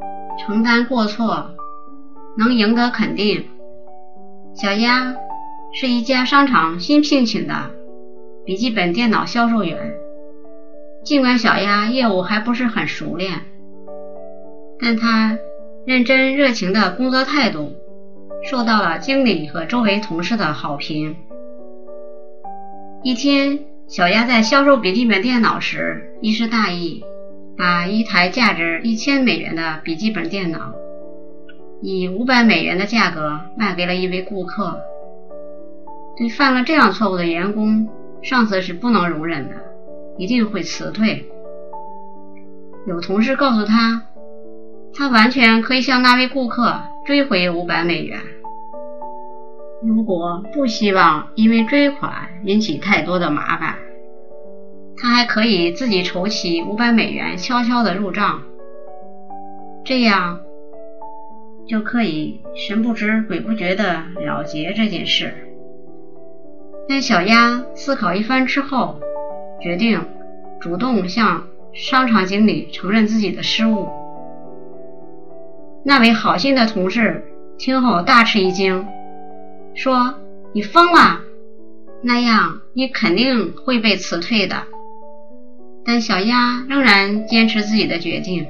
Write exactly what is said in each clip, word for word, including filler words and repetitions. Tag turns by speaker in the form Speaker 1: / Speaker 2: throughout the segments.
Speaker 1: 承担过错，能赢得肯定。小鸭是一家商场新聘请的笔记本电脑销售员，尽管小鸭业务还不是很熟练，但他认真热情的工作态度受到了经理和周围同事的好评。一天，小鸭在销售笔记本电脑时一时大意，把一台价值一千美元的笔记本电脑以五百美元的价格卖给了一位顾客。对犯了这样错误的员工，上司是不能容忍的，一定会辞退。有同事告诉他，他完全可以向那位顾客追回五百美元。如果不希望因为追款引起太多的麻烦，他还可以自己筹起五百美元悄悄地入账，这样就可以神不知鬼不觉地了结这件事。但小鸭思考一番之后，决定主动向商场经理承认自己的失误。那位好心的同事听后大吃一惊，说：“你疯了，那样你肯定会被辞退的。”但小鸭仍然坚持自己的决定。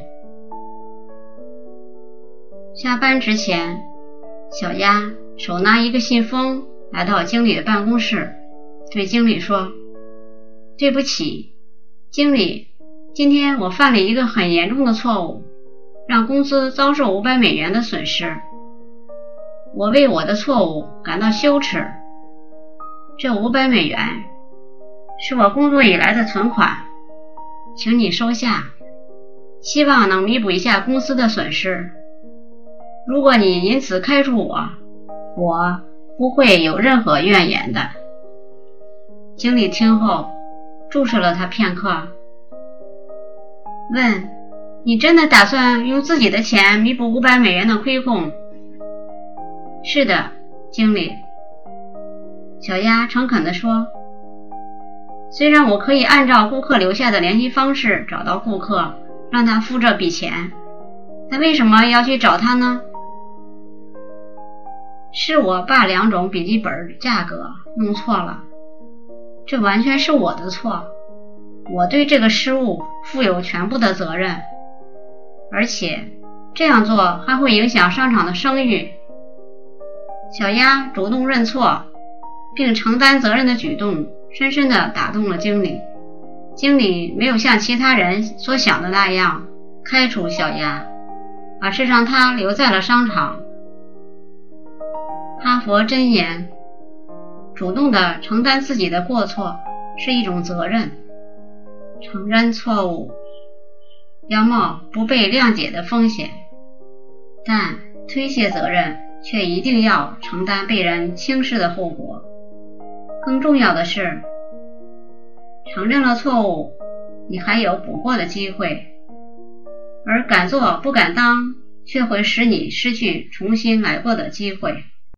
Speaker 1: 下班之前，小鸭手拿一个信封来到经理的办公室，对经理说：“对不起，经理，今天我犯了一个很严重的错误，让公司遭受五百美元的损失。我为我的错误感到羞耻。这五百美元是我工作以来的存款，请你收下，希望能弥补一下公司的损失。如果你因此开除我，我不会有任何怨言的。”经理听后注视了他片刻，问：“你真的打算用自己的钱弥补五百美元的亏空？”“是的，经理。”小鸭诚恳地说，“虽然我可以按照顾客留下的联系方式找到顾客，让他付这笔钱，但为什么要去找他呢？是我把两种笔记本价格弄错了，这完全是我的错，我对这个失误负有全部的责任，而且这样做还会影响商场的声誉。”小鸭主动认错并承担责任的举动深深地打动了经理。经理没有像其他人所想的那样开除小鸭，而是让他留在了商场。哈佛箴言：主动地承担自己的过错是一种责任，承认错误要冒不被谅解的风险，但推卸责任却一定要承担被人轻视的后果。更重要的是，承认了错误，你还有补过的机会，而敢做不敢当却会使你失去重新来过的机会。